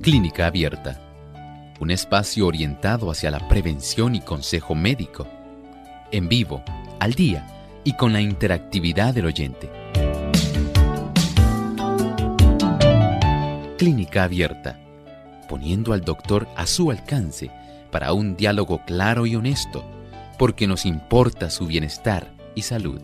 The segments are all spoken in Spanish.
Clínica Abierta, un espacio orientado hacia la prevención y consejo médico, en vivo, al día y con la interactividad del oyente. Clínica Abierta, poniendo al doctor a su alcance para un diálogo claro y honesto, porque nos importa su bienestar y salud.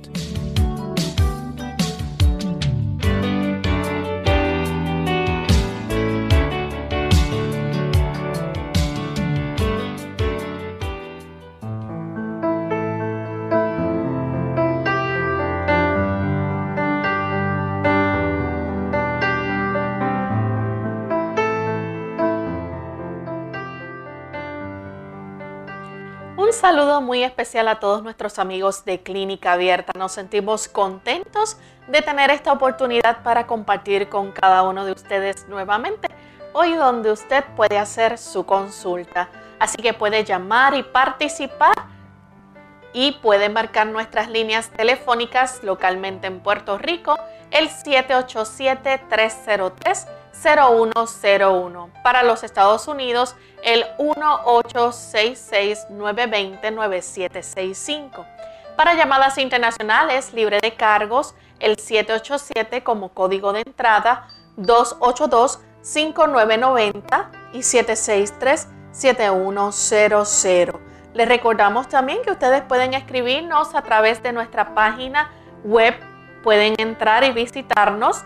Un saludo muy especial a todos nuestros amigos de Clínica Abierta. Nos sentimos contentos de tener esta oportunidad para compartir con cada uno de ustedes nuevamente, hoy donde usted puede hacer su consulta. Así que puede llamar y participar y puede marcar nuestras líneas telefónicas localmente en Puerto Rico, el 787-303-0101. Para los Estados Unidos, el 1-866-920-9765. Para llamadas internacionales libre de cargos, el 787 como código de entrada, 282-5990 y 763-7100. Les recordamos también que ustedes pueden escribirnos a través de nuestra página web. Pueden entrar y visitarnos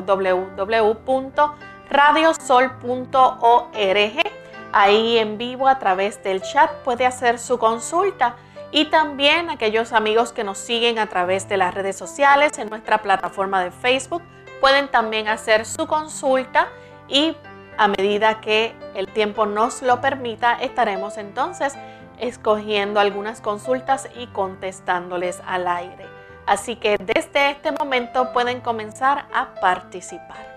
www.radiosol.org. Ahí en vivo a través del chat puede hacer su consulta. Y también aquellos amigos que nos siguen a través de las redes sociales en nuestra plataforma de Facebook pueden también hacer su consulta y a medida que el tiempo nos lo permita estaremos entonces escogiendo algunas consultas y contestándoles al aire. Así que desde este momento pueden comenzar a participar.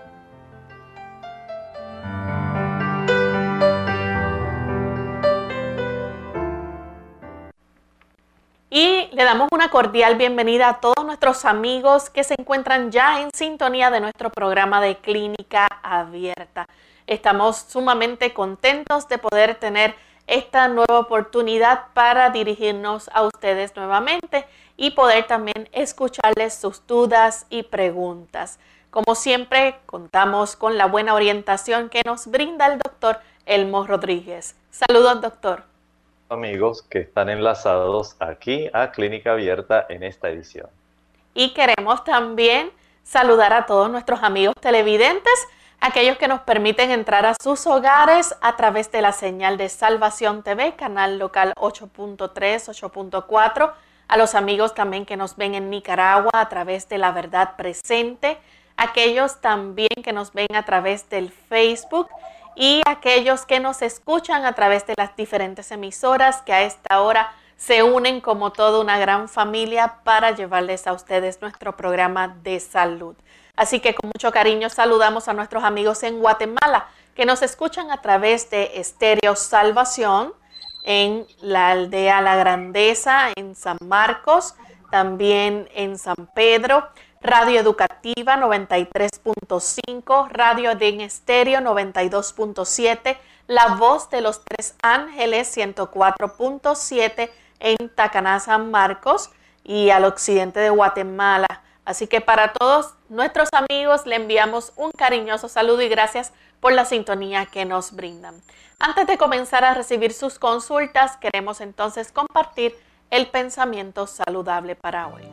Y le damos una cordial bienvenida a todos nuestros amigos que se encuentran ya en sintonía de nuestro programa de Clínica Abierta. Estamos sumamente contentos de poder tener esta nueva oportunidad para dirigirnos a ustedes nuevamente y poder también escucharles sus dudas y preguntas. Como siempre, contamos con la buena orientación que nos brinda el doctor Elmo Rodríguez. Saludos, doctor. Amigos que están enlazados aquí a Clínica Abierta en esta edición. Y queremos también saludar a todos nuestros amigos televidentes, aquellos que nos permiten entrar a sus hogares a través de la señal de Salvación TV, canal local 8.3, 8.4, a los amigos también que nos ven en Nicaragua a través de La Verdad Presente, aquellos también que nos ven a través del Facebook y aquellos que nos escuchan a través de las diferentes emisoras que a esta hora se unen como toda una gran familia para llevarles a ustedes nuestro programa de salud. Así que con mucho cariño saludamos a nuestros amigos en Guatemala que nos escuchan a través de Estéreo Salvación en la aldea La Grandeza, en San Marcos, también en San Pedro, Radio Educativa 93.5, Radio en Estéreo 92.7, La Voz de los Tres Ángeles 104.7 en Tacaná, San Marcos y al occidente de Guatemala. Así que para todos nuestros amigos le enviamos un cariñoso saludo y gracias por la sintonía que nos brindan. Antes de comenzar a recibir sus consultas, queremos entonces compartir el pensamiento saludable para hoy.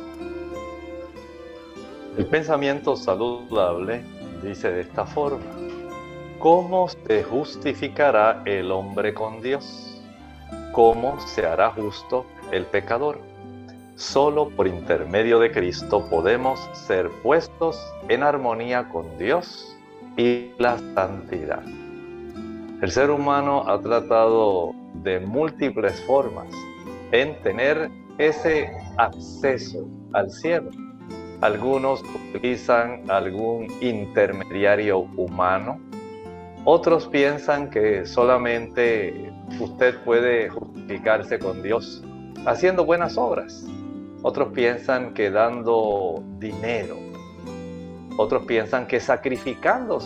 El pensamiento saludable dice de esta forma: ¿cómo se justificará el hombre con Dios? ¿Cómo se hará justo el pecador? Solo por intermedio de Cristo podemos ser puestos en armonía con Dios y la santidad. El ser humano ha tratado de múltiples formas en tener ese acceso al cielo. Algunos utilizan algún intermediario humano. Otros piensan que solamente usted puede justificarse con Dios haciendo buenas obras. Otros piensan que dando dinero. Otros piensan que sacrificándose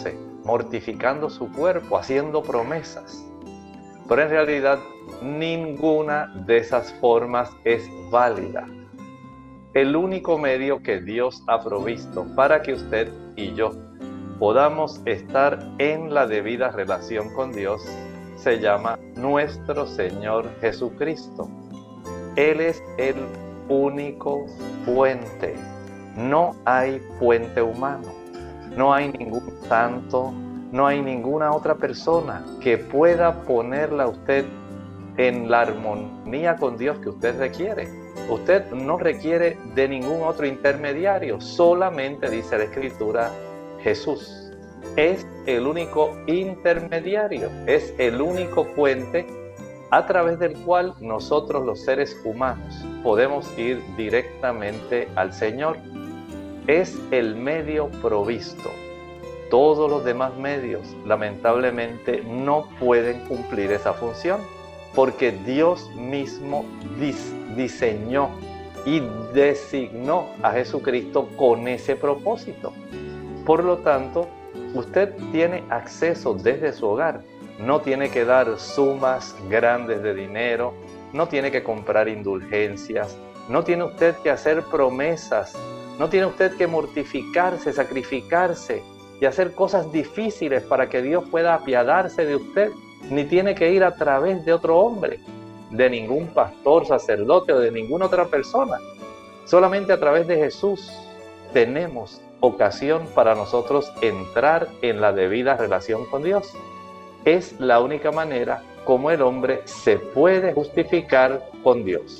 mortificando su cuerpo, haciendo promesas. Pero en realidad ninguna de esas formas es válida. El único medio que Dios ha provisto para que usted y yo podamos estar en la debida relación con Dios se llama nuestro Señor Jesucristo. Él es el único puente. No hay puente humano. No hay ningún santo, no hay ninguna otra persona que pueda ponerla a usted en la armonía con Dios que usted requiere. Usted no requiere de ningún otro intermediario, solamente dice la Escritura, Jesús. Es el único intermediario, es el único puente a través del cual nosotros los seres humanos podemos ir directamente al Señor. Es el medio provisto. Todos los demás medios, lamentablemente, no pueden cumplir esa función, porque Dios mismo diseñó y designó a Jesucristo con ese propósito. Por lo tanto, usted tiene acceso desde su hogar. No tiene que dar sumas grandes de dinero, no tiene que comprar indulgencias, no tiene usted que hacer promesas, no tiene usted que mortificarse, sacrificarse y hacer cosas difíciles para que Dios pueda apiadarse de usted, ni tiene que ir a través de otro hombre, de ningún pastor, sacerdote o de ninguna otra persona. Solamente a través de Jesús tenemos ocasión para nosotros entrar en la debida relación con Dios. Es la única manera como el hombre se puede justificar con Dios.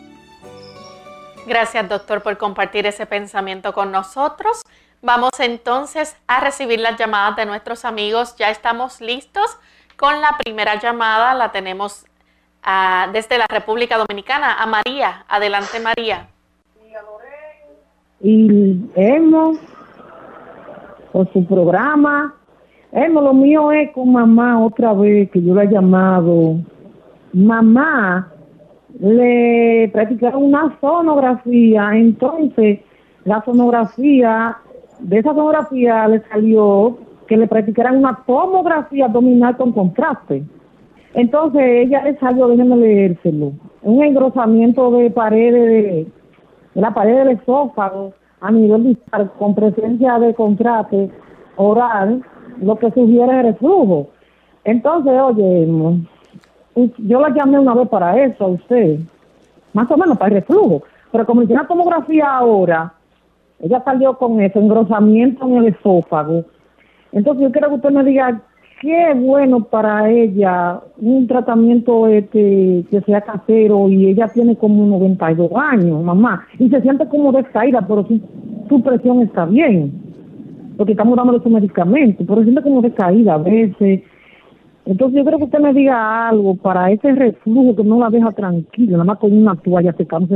Gracias, doctor, por compartir ese pensamiento con nosotros. Vamos entonces a recibir las llamadas de nuestros amigos. Ya estamos listos con la primera llamada. La tenemos desde la República Dominicana, a María. Adelante, María. Y hemos, por su programa, lo mío es con mamá otra vez, que yo la he llamado. Mamá le practicaron una sonografía, entonces la sonografía, de esa sonografía le salió que le practicaran una tomografía abdominal con contraste. Entonces ella le salió, déjenme leérselo, un engrosamiento de paredes, de la pared del esófago a nivel distal con presencia de contraste oral, lo que sugiere reflujo. Entonces, oye, yo la llamé una vez para eso a usted, más o menos para el reflujo, pero como hice una tomografía ahora, ella salió con ese engrosamiento en el esófago. Entonces yo quiero que usted me diga qué es bueno para ella, un tratamiento que sea casero, y ella tiene como 92 años, mamá, y se siente como descaída, pero su presión está bien, porque estamos dándole su medicamento, pero se siente como descaída a veces. Entonces yo creo que usted me diga algo para ese reflujo que no la deja tranquila, nada más con una toalla secamos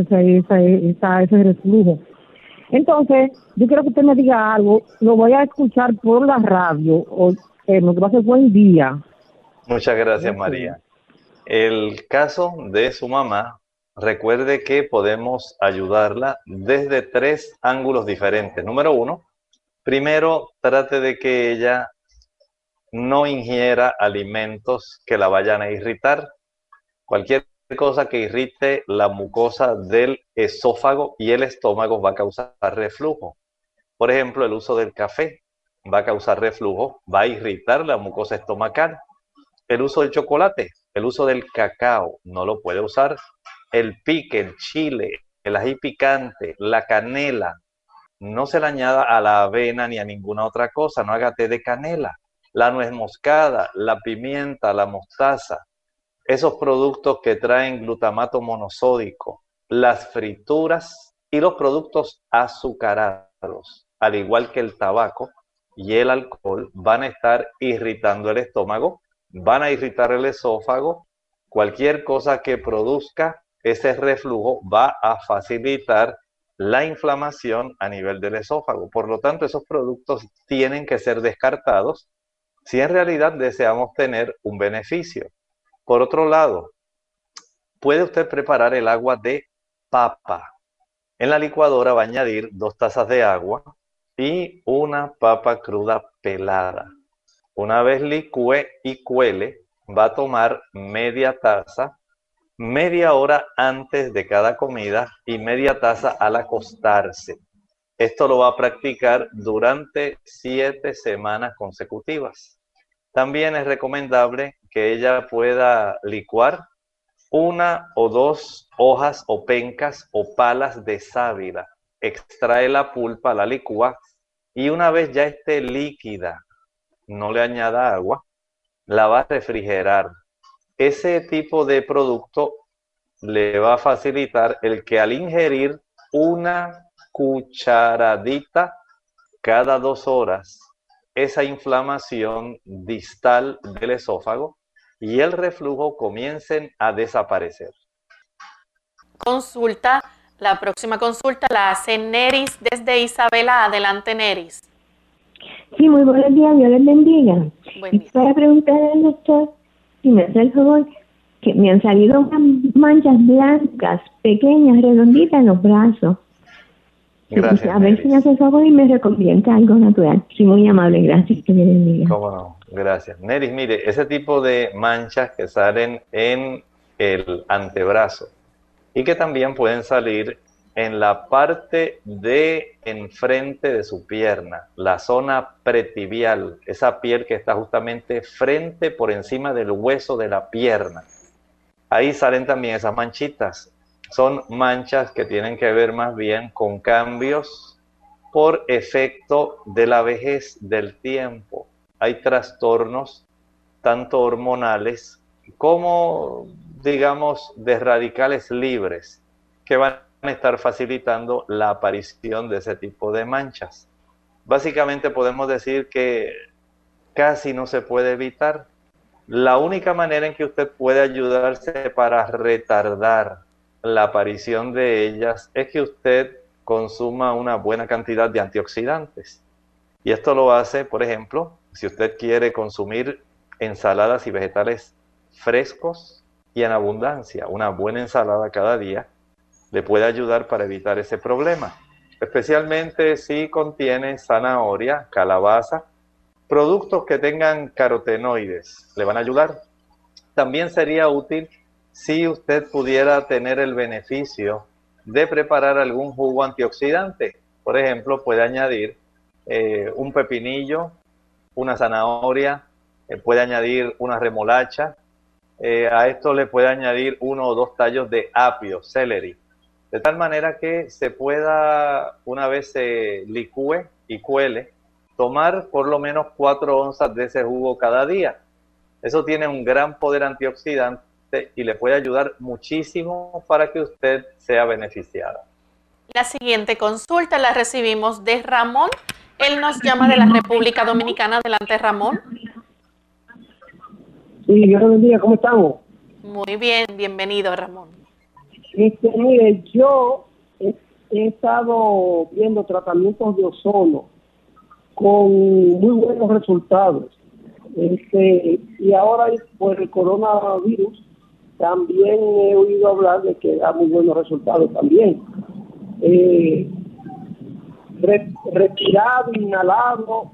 ese reflujo. Entonces, yo quiero que usted me diga algo, lo voy a escuchar por la radio, lo que va a ser buen día. Muchas gracias, María. El caso de su mamá, recuerde que podemos ayudarla desde 3 ángulos diferentes. Número 1, primero trate de que ella no ingiera alimentos que la vayan a irritar. Cualquier cosa que irrite la mucosa del esófago y el estómago va a causar reflujo. Por ejemplo, el uso del café va a causar reflujo, va a irritar la mucosa estomacal. El uso del chocolate, el uso del cacao, no lo puede usar. El pique, el chile, el ají picante, la canela, no se le añada a la avena ni a ninguna otra cosa, no haga té de canela. La nuez moscada, la pimienta, la mostaza, esos productos que traen glutamato monosódico, las frituras y los productos azucarados, al igual que el tabaco y el alcohol, van a estar irritando el estómago, van a irritar el esófago. Cualquier cosa que produzca ese reflujo va a facilitar la inflamación a nivel del esófago. Por lo tanto, esos productos tienen que ser descartados si en realidad deseamos tener un beneficio. Por otro lado, puede usted preparar el agua de papa. En la licuadora va a añadir 2 tazas de agua y una papa cruda pelada. Una vez licúe y cuele, va a tomar media taza, media hora antes de cada comida y media taza al acostarse. Esto lo va a practicar durante 7 semanas consecutivas. También es recomendable que ella pueda licuar 1 o 2 hojas o pencas o palas de sábila. Extrae la pulpa, la licúa y una vez ya esté líquida, no le añada agua, la va a refrigerar. Ese tipo de producto le va a facilitar el que al ingerir una cucharadita cada 2 horas, esa inflamación distal del esófago y el reflujo comiencen a desaparecer. Consulta, la próxima consulta la hace Neris desde Isabela. Adelante, Neris. Sí, muy buenos días, Dios les bendiga. Buen Y día. para preguntarle al doctor, si me hace el favor, que me han salido unas manchas blancas, pequeñas, redonditas en los brazos. Gracias, A ver si me Neris. hace el favor y me recomienda algo natural. Sí, muy amable, gracias, que Dios les bendiga. ¿Cómo no? Gracias. Neris, mire, ese tipo de manchas que salen en el antebrazo y que también pueden salir en la parte de enfrente de su pierna, la zona pretibial, esa piel que está justamente frente por encima del hueso de la pierna. Ahí salen también esas manchitas. Son manchas que tienen que ver más bien con cambios por efecto de la vejez del tiempo. Hay trastornos tanto hormonales como, digamos, de radicales libres que van a estar facilitando la aparición de ese tipo de manchas. Básicamente podemos decir que casi no se puede evitar. La única manera en que usted puede ayudarse para retardar la aparición de ellas es que usted consuma una buena cantidad de antioxidantes. Y esto lo hace, por ejemplo, si usted quiere consumir ensaladas y vegetales frescos y en abundancia. Una buena ensalada cada día le puede ayudar para evitar ese problema, especialmente si contiene zanahoria, calabaza, productos que tengan carotenoides, le van a ayudar. También sería útil si usted pudiera tener el beneficio de preparar algún jugo antioxidante. Por ejemplo, puede añadir un pepinillo, una zanahoria, puede añadir una remolacha, a esto le puede añadir 1 o 2 tallos de apio, celery, de tal manera que se pueda, una vez se licúe y cuele, tomar por lo menos 4 onzas de ese jugo cada día. Eso tiene un gran poder antioxidante y le puede ayudar muchísimo para que usted sea beneficiada. La siguiente consulta la recibimos de Ramón. Él nos llama de la República Dominicana. Adelante, Ramón. Sí, Dios bendiga, ¿cómo estamos? Muy bien, bienvenido, Ramón. Mire, yo he estado viendo tratamientos de ozono con muy buenos resultados. Y ahora por el coronavirus también he oído hablar de que da muy buenos resultados también. Respirado, inhalado,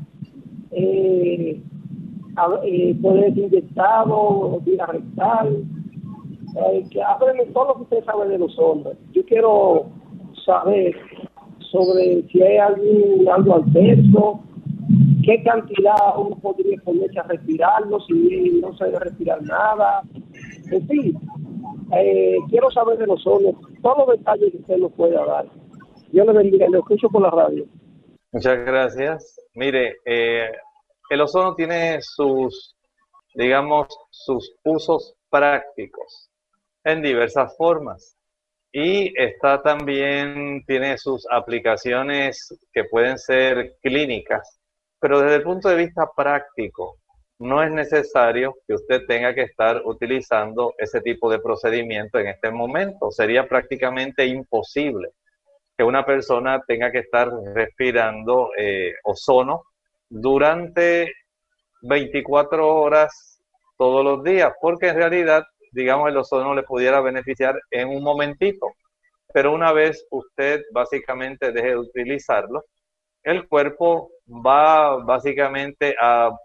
puede ser inyectado, vía rectal. Que hábleme todo lo que usted sabe de los hombres. Yo quiero saber sobre si hay algo adverso, qué cantidad uno podría ponerse a respirarlo, si no se debe respirar nada. En fin, quiero saber de los hombres, todos los detalles que usted nos pueda dar. Yo le bendiga, lo escucho por la radio. Muchas gracias. Mire, el ozono tiene sus, digamos, sus usos prácticos en diversas formas. Y está también, tiene sus aplicaciones que pueden ser clínicas, pero desde el punto de vista práctico, no es necesario que usted tenga que estar utilizando ese tipo de procedimiento en este momento. Sería prácticamente imposible que una persona tenga que estar respirando ozono durante 24 horas todos los días, porque en realidad, digamos, el ozono le pudiera beneficiar en un momentito, pero una vez usted básicamente deje de utilizarlo, el cuerpo va básicamente a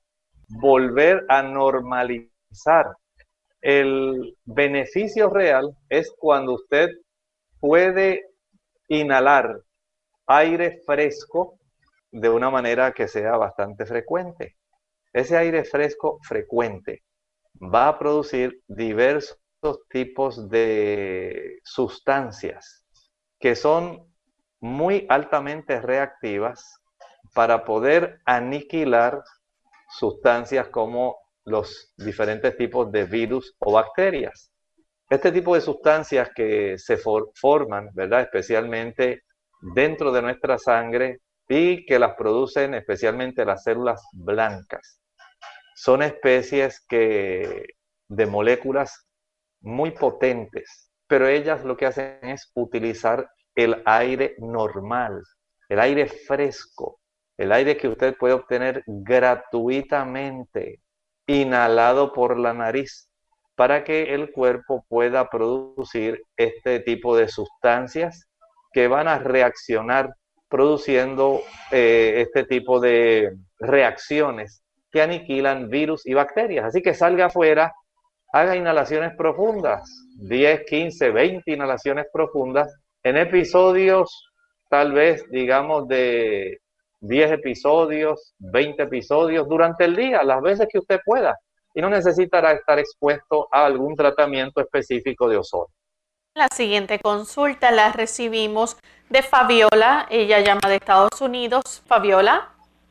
volver a normalizar. El beneficio real es cuando usted puede inhalar aire fresco de una manera que sea bastante frecuente. Ese aire fresco frecuente va a producir diversos tipos de sustancias que son muy altamente reactivas para poder aniquilar sustancias como los diferentes tipos de virus o bacterias. Este tipo de sustancias que se forman, ¿verdad?, especialmente dentro de nuestra sangre y que las producen especialmente las células blancas, son especies de moléculas muy potentes, pero ellas lo que hacen es utilizar el aire normal, el aire fresco, el aire que usted puede obtener gratuitamente, inhalado por la nariz, para que el cuerpo pueda producir este tipo de sustancias que van a reaccionar produciendo este tipo de reacciones que aniquilan virus y bacterias. Así que salga afuera, haga inhalaciones profundas, 10, 15, 20 inhalaciones profundas, en episodios tal vez, digamos, de 10 episodios, 20 episodios durante el día, las veces que usted pueda. Y no necesitará estar expuesto a algún tratamiento específico de ozono. La siguiente consulta la recibimos de Fabiola. Ella llama de Estados Unidos. Fabiola.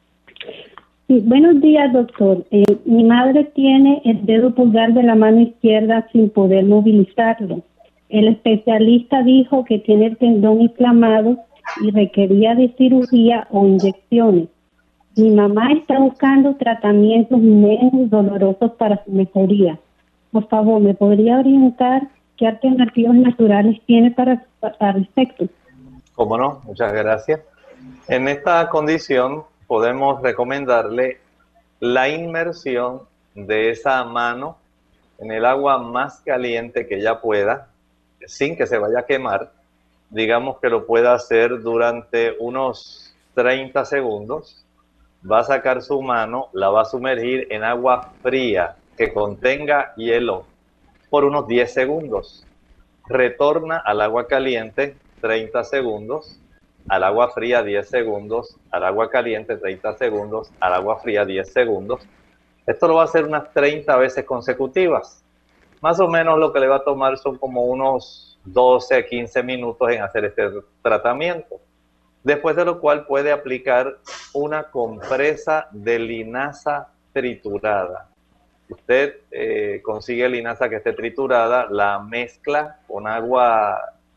Sí, buenos días, doctor. Mi madre tiene el dedo pulgar de la mano izquierda sin poder movilizarlo. El especialista dijo que tiene el tendón inflamado y requería de cirugía o inyecciones. Mi mamá está buscando tratamientos menos dolorosos para su mejoría. Por favor, ¿me podría orientar qué alternativas naturales tiene para respecto? Cómo no, muchas gracias. En esta condición podemos recomendarle la inmersión de esa mano en el agua más caliente que ella pueda, sin que se vaya a quemar. Digamos que lo pueda hacer durante unos 30 segundos. Va a sacar su mano, la va a sumergir en agua fría que contenga hielo por unos 10 segundos. Retorna al agua caliente 30 segundos, al agua fría 10 segundos, al agua caliente 30 segundos, al agua fría 10 segundos. Esto lo va a hacer unas 30 veces consecutivas. Más o menos lo que le va a tomar son como unos 12 a 15 minutos en hacer este tratamiento. Después de lo cual puede aplicar una compresa de linaza triturada. Usted consigue linaza que esté triturada, la mezcla con agua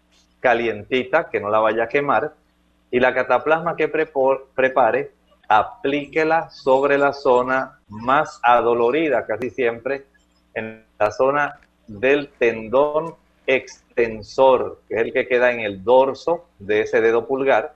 calientita, que no la vaya a quemar, y la cataplasma que prepare, aplíquela sobre la zona más adolorida, casi siempre en la zona del tendón extensor, que es el que queda en el dorso de ese dedo pulgar.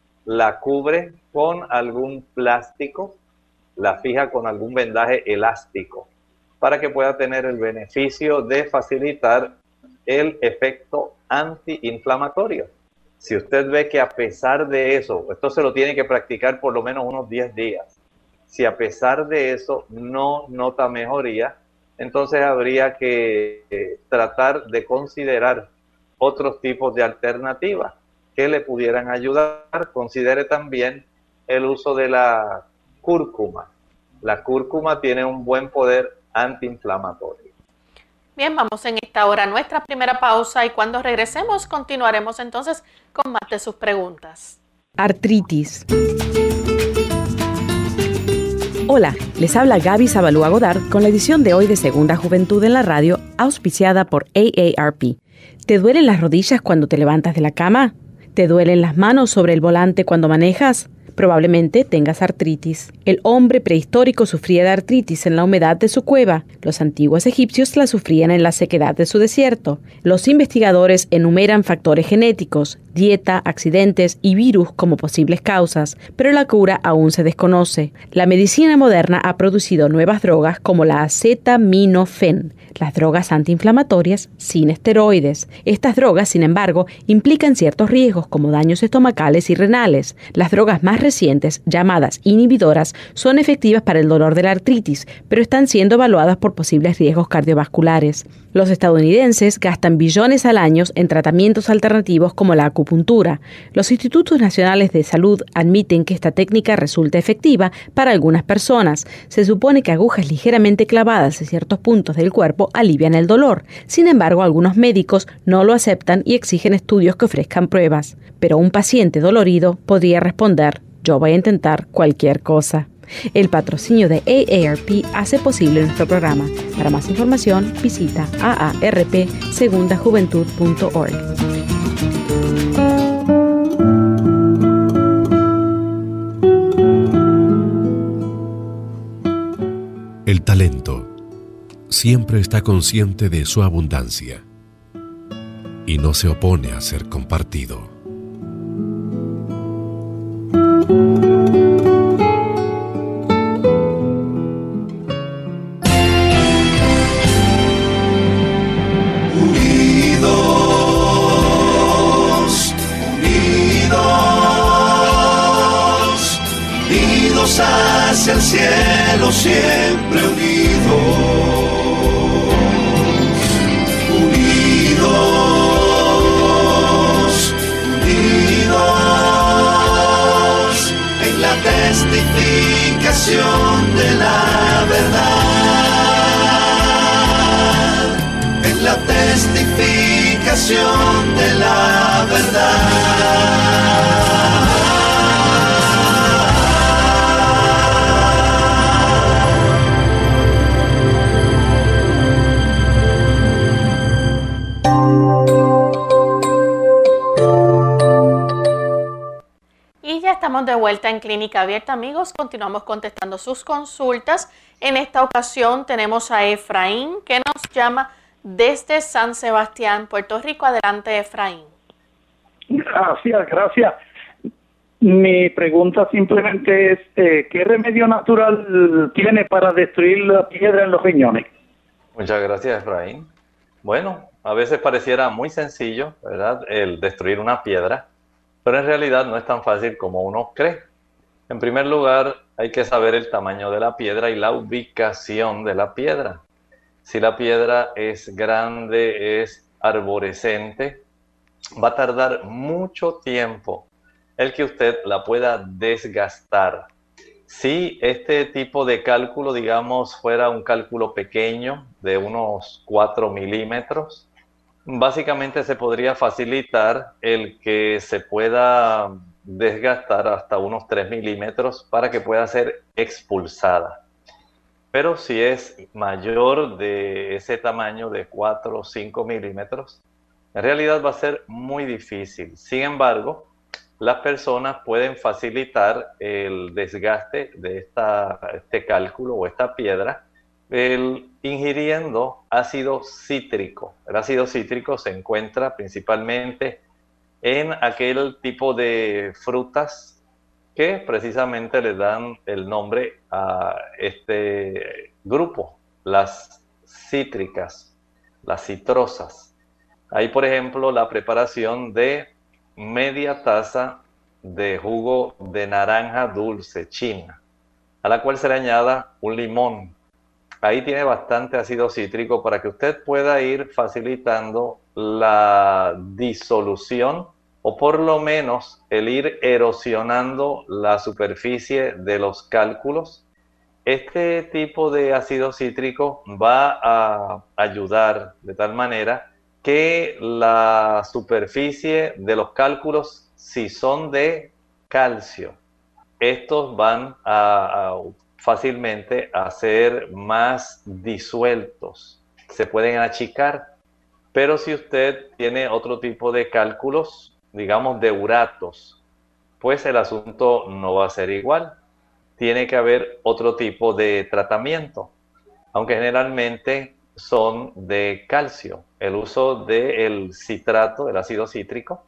La cubre con algún plástico, la fija con algún vendaje elástico, para que pueda tener el beneficio de facilitar el efecto antiinflamatorio. Si usted ve que a pesar de eso, esto se lo tiene que practicar por lo menos unos 10 días, si a pesar de eso no nota mejoría, entonces habría que tratar de considerar otros tipos de alternativas que le pudieran ayudar. Considere también el uso de la cúrcuma. La cúrcuma tiene un buen poder antiinflamatorio. Bien, vamos en esta hora a nuestra primera pausa y cuando regresemos continuaremos entonces con más de sus preguntas. Artritis. Hola, les habla Gaby Zabalúa Godard con la edición de hoy de Segunda Juventud en la Radio, auspiciada por AARP. ¿Te duelen las rodillas cuando te levantas de la cama? ¿Te duelen las manos sobre el volante cuando manejas? Probablemente tengas artritis. El hombre prehistórico sufría de artritis en la humedad de su cueva. Los antiguos egipcios la sufrían en la sequedad de su desierto. Los investigadores enumeran factores genéticos, dieta, accidentes y virus como posibles causas, pero la cura aún se desconoce. La medicina moderna ha producido nuevas drogas como la acetaminofén, las drogas antiinflamatorias sin esteroides. Estas drogas, sin embargo, implican ciertos riesgos como daños estomacales y renales. Las drogas más recientes, llamadas inhibidoras, son efectivas para el dolor de la artritis, pero están siendo evaluadas por posibles riesgos cardiovasculares. Los estadounidenses gastan billones al año en tratamientos alternativos como la acupuntura. Los institutos nacionales de salud admiten que esta técnica resulta efectiva para algunas personas. Se supone que agujas ligeramente clavadas en ciertos puntos del cuerpo alivian el dolor. Sin embargo, algunos médicos no lo aceptan y exigen estudios que ofrezcan pruebas. Pero un paciente dolorido podría responder: yo voy a intentar cualquier cosa. El patrocinio de AARP hace posible nuestro programa. Para más información, visita aarpsegundajuventud.org. El talento siempre está consciente de su abundancia y no se opone a ser compartido. Hacia el cielo, siempre unidos, unidos, unidos, en la testificación de la verdad, en la testificación de la verdad. Estamos de vuelta en Clínica Abierta, amigos. Continuamos contestando sus consultas. En esta ocasión tenemos a Efraín, que nos llama desde San Sebastián, Puerto Rico. Adelante, Efraín. Gracias. Mi pregunta simplemente es, ¿qué remedio natural tiene para destruir la piedra en los riñones? Muchas gracias, Efraín. Bueno, a veces pareciera muy sencillo, ¿verdad?, el destruir una piedra, pero en realidad no es tan fácil como uno cree. En primer lugar, hay que saber el tamaño de la piedra y la ubicación de la piedra. Si la piedra es grande, es arborescente, va a tardar mucho tiempo el que usted la pueda desgastar. Si este tipo de cálculo, digamos, fuera un cálculo pequeño de unos 4 milímetros, básicamente se podría facilitar el que se pueda desgastar hasta unos 3 milímetros para que pueda ser expulsada. Pero si es mayor de ese tamaño de 4 o 5 milímetros, en realidad va a ser muy difícil. Sin embargo, las personas pueden facilitar el desgaste de este cálculo o esta piedra ingiriendo ácido cítrico. El ácido cítrico se encuentra principalmente en aquel tipo de frutas que precisamente le dan el nombre a este grupo, las cítricas, las citrosas. Hay, por ejemplo, la preparación de media taza de jugo de naranja dulce china, a la cual se le añada un limón. Ahí tiene bastante ácido cítrico para que usted pueda ir facilitando la disolución o por lo menos el ir erosionando la superficie de los cálculos. Este tipo de ácido cítrico va a ayudar de tal manera que la superficie de los cálculos, si son de calcio, estos van a fácilmente a ser más disueltos, se pueden achicar. Pero si usted tiene otro tipo de cálculos, digamos de uratos, pues el asunto no va a ser igual. Tiene que haber otro tipo de tratamiento, aunque generalmente son de calcio. El uso del citrato, del ácido cítrico,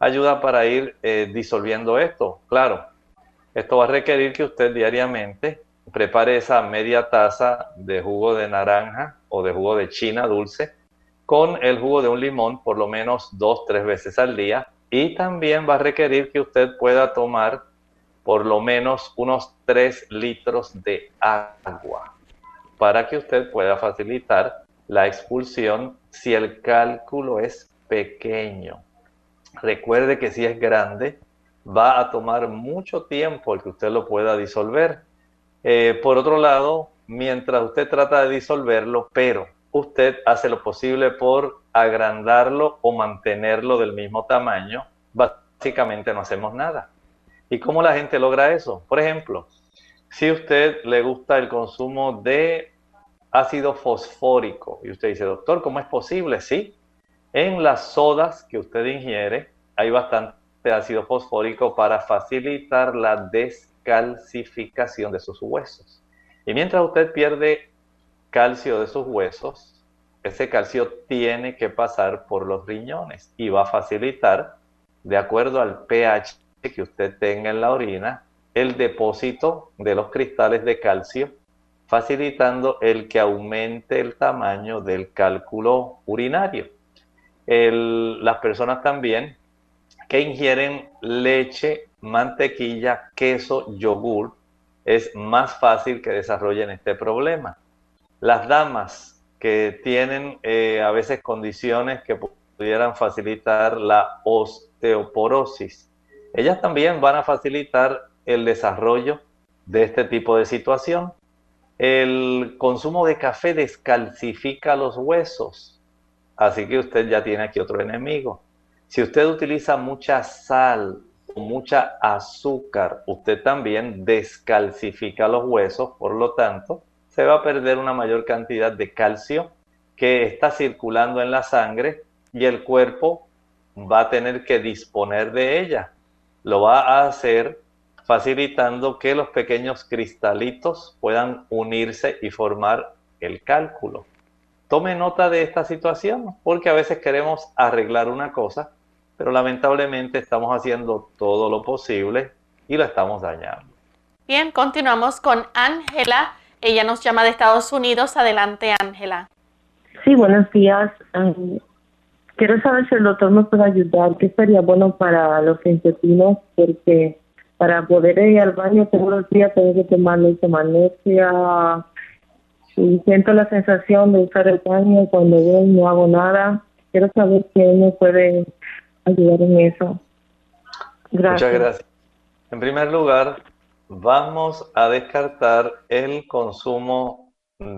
ayuda para ir disolviendo esto. Claro, esto va a requerir que usted diariamente prepare esa media taza de jugo de naranja o de jugo de china dulce con el jugo de un limón por lo menos 2-3 veces al día, y también va a requerir que usted pueda tomar por lo menos unos 3 litros de agua para que usted pueda facilitar la expulsión si el cálculo es pequeño. Recuerde que si es grande, va a tomar mucho tiempo el que usted lo pueda disolver. Por otro lado, mientras usted trata de disolverlo, pero usted hace lo posible por agrandarlo o mantenerlo del mismo tamaño, básicamente no hacemos nada. ¿Y cómo la gente logra eso? Por ejemplo, si a usted le gusta el consumo de ácido fosfórico y usted dice, doctor, ¿cómo es posible? Sí, en las sodas que usted ingiere hay bastante ácido fosfórico para facilitar la descalcificación de sus huesos. Y mientras usted pierde calcio de sus huesos, ese calcio tiene que pasar por los riñones y va a facilitar, de acuerdo al pH que usted tenga en la orina, el depósito de los cristales de calcio, facilitando el que aumente el tamaño del cálculo urinario. Las personas también que ingieren leche, mantequilla, queso, yogur, es más fácil que desarrollen este problema. Las damas que tienen a veces condiciones que pudieran facilitar la osteoporosis, ellas también van a facilitar el desarrollo de este tipo de situación. El consumo de café descalcifica los huesos, así que usted ya tiene aquí otro enemigo. Si usted utiliza mucha sal o mucha azúcar, usted también descalcifica los huesos, por lo tanto, se va a perder una mayor cantidad de calcio que está circulando en la sangre y el cuerpo va a tener que disponer de ella. Lo va a hacer facilitando que los pequeños cristalitos puedan unirse y formar el cálculo. Tome nota de esta situación, porque a veces queremos arreglar una cosa, pero lamentablemente estamos haciendo todo lo posible y la estamos dañando. Bien, continuamos con Ángela. Ella nos llama de Estados Unidos. Adelante, Ángela. Sí, buenos días. Quiero saber si el doctor me puede ayudar. ¿Qué sería bueno para los intestinos? Porque para poder ir al baño todos los días tengo que tomar leche magnesia. Y siento la sensación de usar el baño cuando voy no hago nada. Quiero saber quién me puede ayudar en eso. Gracias. Muchas gracias. En primer lugar, vamos a descartar el consumo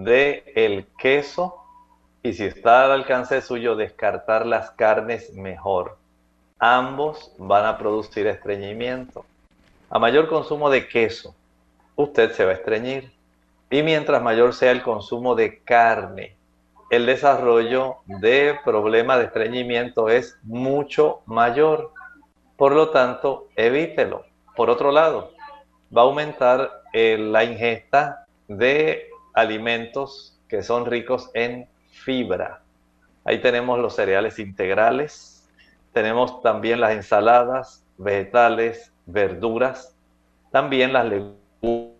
del queso, y si está al alcance suyo descartar las carnes, mejor. Ambos van a producir estreñimiento. A mayor consumo de queso, usted se va a estreñir. Y mientras mayor sea el consumo de carne, el desarrollo de problemas de estreñimiento es mucho mayor. Por lo tanto, evítelo. Por otro lado, va a aumentar la ingesta de alimentos que son ricos en fibra. Ahí tenemos los cereales integrales, tenemos también las ensaladas, vegetales, verduras, también las legumbres,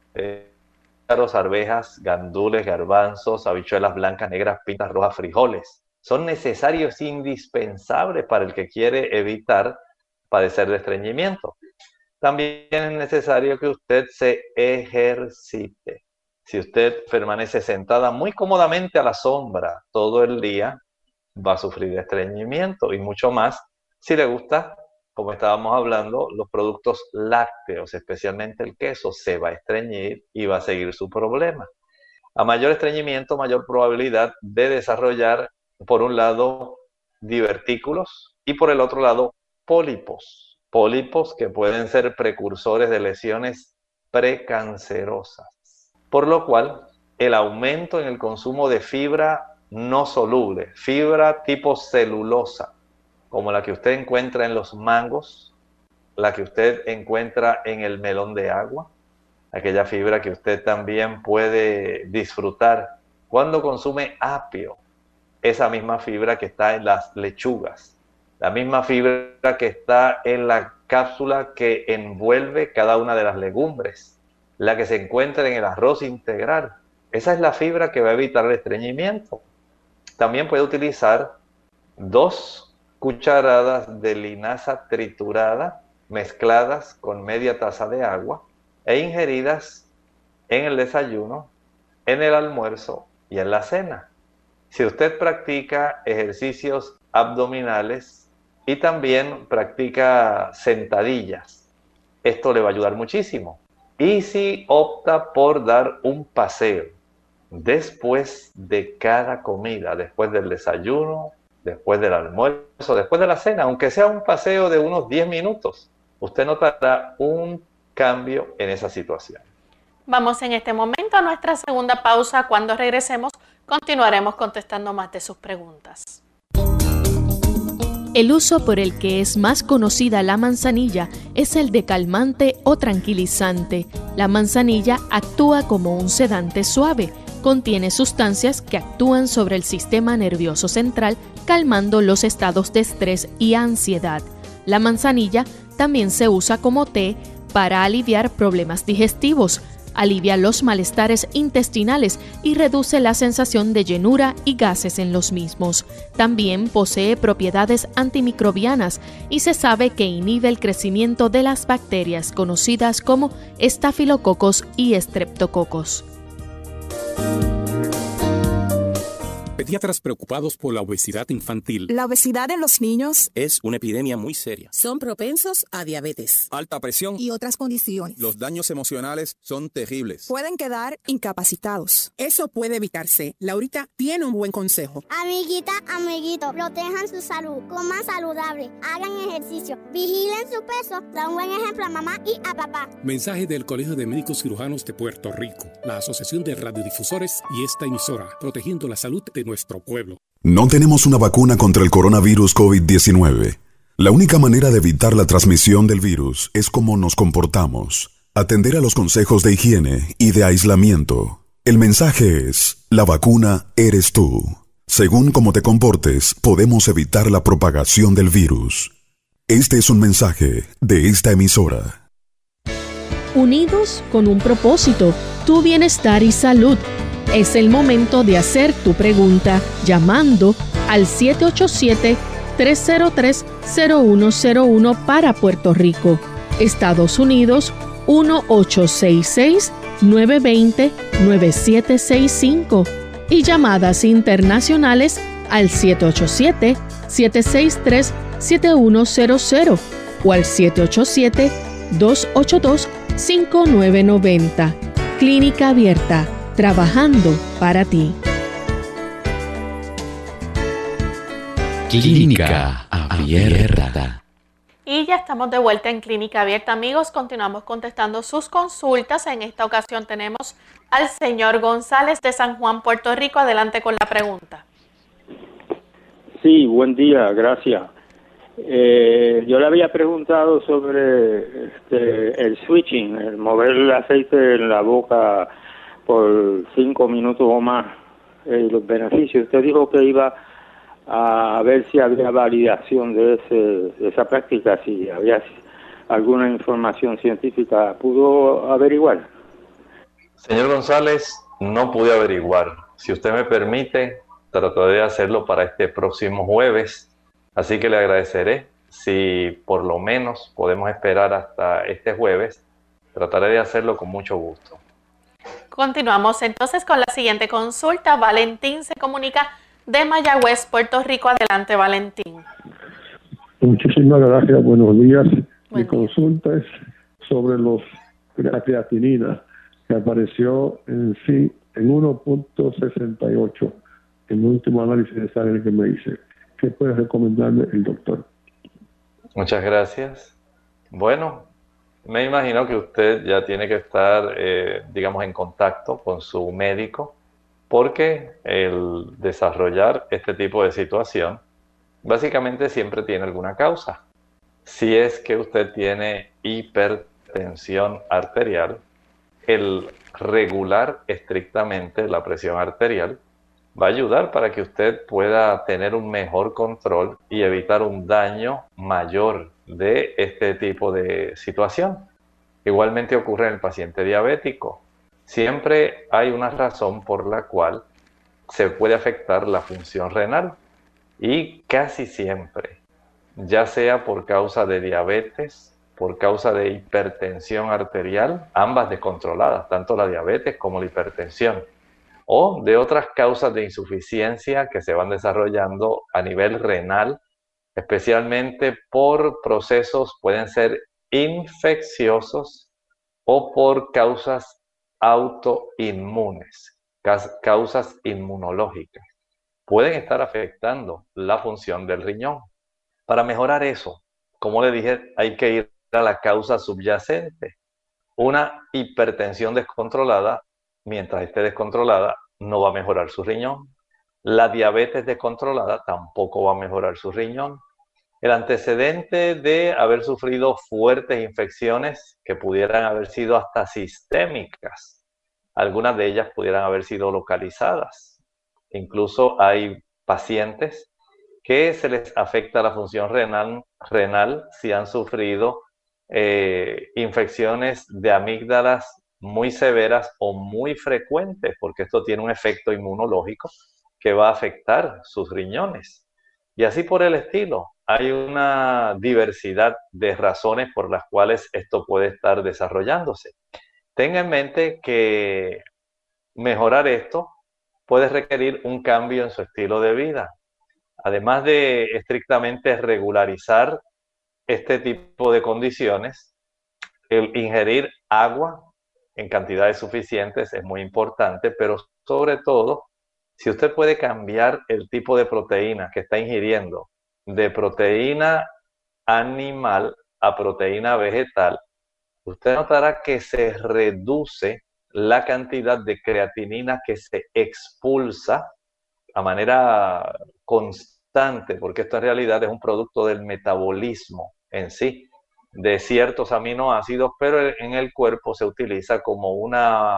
arvejas, gandules, garbanzos, habichuelas blancas, negras, pintas, rojas, frijoles. Son necesarios, indispensables para el que quiere evitar padecer de estreñimiento. También es necesario que usted se ejercite. Si usted permanece sentada muy cómodamente a la sombra todo el día, va a sufrir de estreñimiento, y mucho más si le gusta, como estábamos hablando, los productos lácteos, especialmente el queso, se va a estreñir y va a seguir su problema. A mayor estreñimiento, mayor probabilidad de desarrollar, por un lado, divertículos y por el otro lado, pólipos. Pólipos que pueden ser precursores de lesiones precancerosas. Por lo cual, el aumento en el consumo de fibra no soluble, fibra tipo celulosa, como la que usted encuentra en los mangos, la que usted encuentra en el melón de agua, aquella fibra que usted también puede disfrutar cuando consume apio, esa misma fibra que está en las lechugas la misma fibra que está en la cápsula que envuelve cada una de las legumbres, la que se encuentra en el arroz integral. Esa es la fibra que va a evitar el estreñimiento. También puede utilizar 2 cucharadas de linaza triturada mezcladas con media taza de agua e ingeridas en el desayuno, en el almuerzo y en la cena. Si usted practica ejercicios abdominales y también practica sentadillas, esto le va a ayudar muchísimo. Y si opta por dar un paseo después de cada comida, después del desayuno, después del almuerzo, después de la cena, aunque sea un paseo de unos 10 minutos, usted notará un cambio en esa situación. Vamos en este momento a nuestra segunda pausa. Cuando regresemos, continuaremos contestando más de sus preguntas. El uso por el que es más conocida la manzanilla es el de calmante o tranquilizante. La manzanilla actúa como un sedante suave. Contiene sustancias que actúan sobre el sistema nervioso central, calmando los estados de estrés y ansiedad. La manzanilla también se usa como té para aliviar problemas digestivos, alivia los malestares intestinales y reduce la sensación de llenura y gases en los mismos. También posee propiedades antimicrobianas y se sabe que inhibe el crecimiento de las bacterias conocidas como estafilococos y estreptococos. Pediatras preocupados por la obesidad infantil. La obesidad en los niños es una epidemia muy seria. Son propensos a diabetes, alta presión y otras condiciones. Los daños emocionales son terribles. Pueden quedar incapacitados. Eso puede evitarse. Laurita tiene un buen consejo. Amiguita, amiguito, protejan su salud, coman saludable, hagan ejercicio, vigilen su peso, da un buen ejemplo a mamá y a papá. Mensaje del Colegio de Médicos Cirujanos de Puerto Rico, la Asociación de Radiodifusores y esta emisora, protegiendo la salud de nuestro pueblo. No tenemos una vacuna contra el coronavirus COVID-19. La única manera de evitar la transmisión del virus es cómo nos comportamos. Atender a los consejos de higiene y de aislamiento. El mensaje es, la vacuna eres tú. Según cómo te comportes, podemos evitar la propagación del virus. Este es un mensaje de esta emisora. Unidos con un propósito, tu bienestar y salud. Es el momento de hacer tu pregunta llamando al 787-303-0101 para Puerto Rico. Estados Unidos, 1-866-920-9765. Y llamadas internacionales al 787-763-7100 o al 787-282-5990. Clínica Abierta. Trabajando para ti. Clínica Abierta. Y ya estamos de vuelta en Clínica Abierta, amigos. Continuamos contestando sus consultas. En esta ocasión tenemos al señor González de San Juan, Puerto Rico. Adelante con la pregunta. Sí, buen día, gracias. Yo le había preguntado sobre el switching, el mover el aceite en la boca por 5 minutos o más, los beneficios. Usted dijo que iba a ver si había validación de esa práctica, si había alguna información científica. ¿Pudo averiguar? Señor González, no pude averiguar. Si usted me permite, trataré de hacerlo para este próximo jueves. Así que le agradeceré si por lo menos podemos esperar hasta este jueves. Trataré de hacerlo con mucho gusto. Continuamos entonces con la siguiente consulta. Valentín se comunica de Mayagüez, Puerto Rico. Adelante, Valentín. Muchísimas gracias. Buenos días. Mi consulta es sobre la creatinina, que apareció en 1.68 en el último análisis de sangre que me hice. ¿Qué puede recomendarme el doctor? Muchas gracias. Bueno, me imagino que usted ya tiene que estar, digamos, en contacto con su médico, porque el desarrollar este tipo de situación básicamente siempre tiene alguna causa. Si es que usted tiene hipertensión arterial, el regular estrictamente la presión arterial va a ayudar para que usted pueda tener un mejor control y evitar un daño mayor de este tipo de situación. Igualmente ocurre en el paciente diabético. Siempre hay una razón por la cual se puede afectar la función renal y casi siempre, ya sea por causa de diabetes, por causa de hipertensión arterial, ambas descontroladas, tanto la diabetes como la hipertensión, o de otras causas de insuficiencia que se van desarrollando a nivel renal, especialmente por procesos, pueden ser infecciosos o por causas autoinmunes, causas inmunológicas. Pueden estar afectando la función del riñón. Para mejorar eso, como le dije, hay que ir a la causa subyacente. Una hipertensión descontrolada, mientras esté descontrolada, no va a mejorar su riñón. La diabetes descontrolada tampoco va a mejorar su riñón. El antecedente de haber sufrido fuertes infecciones que pudieran haber sido hasta sistémicas, algunas de ellas pudieran haber sido localizadas. Incluso hay pacientes que se les afecta la función renal si han sufrido infecciones de amígdalas muy severas o muy frecuentes, porque esto tiene un efecto inmunológico que va a afectar sus riñones. Y así por el estilo. Hay una diversidad de razones por las cuales esto puede estar desarrollándose. Tenga en mente que mejorar esto puede requerir un cambio en su estilo de vida. Además de estrictamente regularizar este tipo de condiciones, el ingerir agua en cantidades suficientes es muy importante, pero sobre todo, si usted puede cambiar el tipo de proteína que está ingiriendo, de proteína animal a proteína vegetal, usted notará que se reduce la cantidad de creatinina que se expulsa a manera constante, porque esto en realidad es un producto del metabolismo en sí, de ciertos aminoácidos, pero en el cuerpo se utiliza como un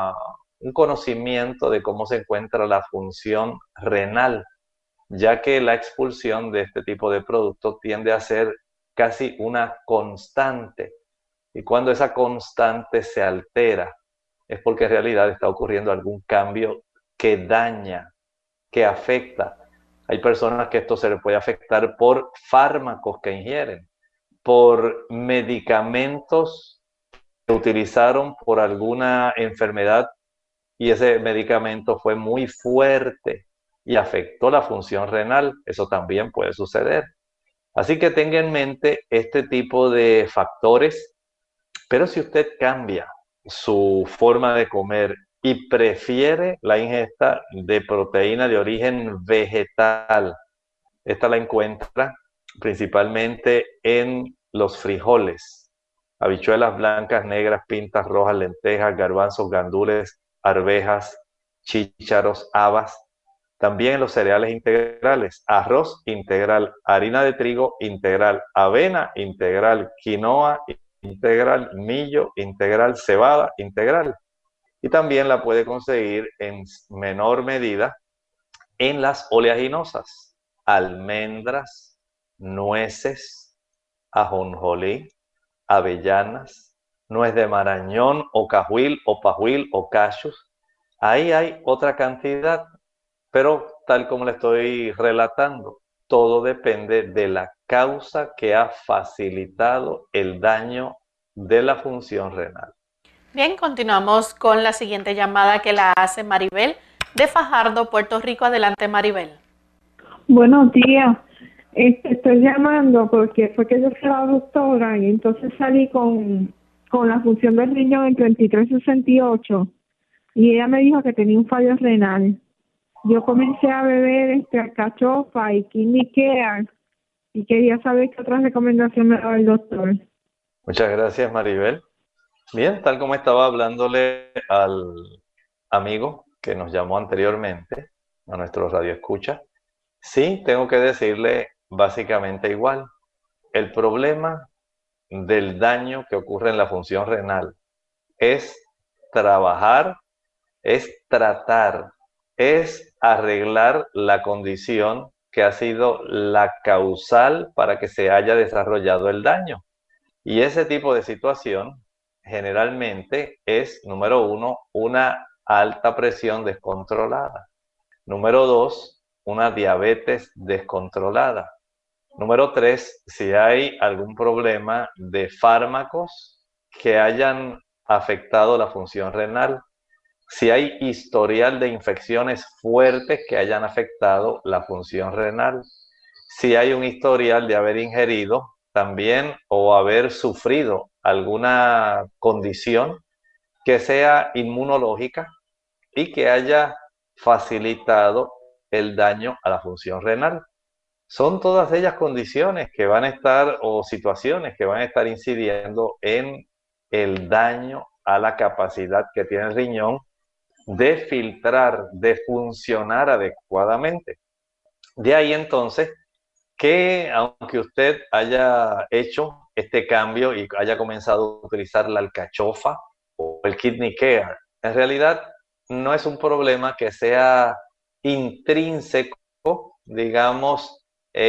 conocimiento de cómo se encuentra la función renal, ya que la expulsión de este tipo de productos tiende a ser casi una constante. Y cuando esa constante se altera, es porque en realidad está ocurriendo algún cambio que daña, que afecta. Hay personas que esto se les puede afectar por fármacos que ingieren, por medicamentos que utilizaron por alguna enfermedad y ese medicamento fue muy fuerte y afectó la función renal. Eso también puede suceder. Así que tenga en mente este tipo de factores, pero si usted cambia su forma de comer y prefiere la ingesta de proteína de origen vegetal, esta la encuentra principalmente en los frijoles, habichuelas blancas, negras, pintas, rojas, lentejas, garbanzos, gandules, arvejas, chícharos, habas. También en los cereales integrales, arroz integral, harina de trigo integral, avena integral, quinoa integral, millo integral, cebada integral. Y también la puede conseguir en menor medida en las oleaginosas, almendras, nueces, ajonjolí, avellanas, nuez de marañón o cajuil o cashews. Ahí hay otra cantidad, pero tal como le estoy relatando, todo depende de la causa que ha facilitado el daño de la función renal. Bien, continuamos con la siguiente llamada que la hace Maribel de Fajardo, Puerto Rico. Adelante, Maribel. Buenos días. Estoy llamando porque fue que yo fui a la doctora y entonces salí con la función del riñón en 3368 y ella me dijo que tenía un fallo renal. Yo comencé a beber alcachofa y Kidney Care y quería saber qué otra recomendación me daba el doctor. Muchas gracias, Maribel. Bien, tal como estaba hablándole al amigo que nos llamó anteriormente, a nuestro radioescucha, sí, tengo que decirle básicamente igual. El problema del daño que ocurre en la función renal es tratar es arreglar la condición que ha sido la causal para que se haya desarrollado el daño. Y ese tipo de situación generalmente es, número 1, una alta presión descontrolada. Número 2, una diabetes descontrolada. Número 3, si hay algún problema de fármacos que hayan afectado la función renal. Si hay historial de infecciones fuertes que hayan afectado la función renal. Si hay un historial de haber ingerido también o haber sufrido alguna condición que sea inmunológica y que haya facilitado el daño a la función renal. Son todas ellas condiciones que van a estar o situaciones que van a estar incidiendo en el daño a la capacidad que tiene el riñón de filtrar, de funcionar adecuadamente. De ahí entonces que aunque usted haya hecho este cambio y haya comenzado a utilizar la alcachofa o el Kidney Care, en realidad no es un problema que sea intrínseco, digamos,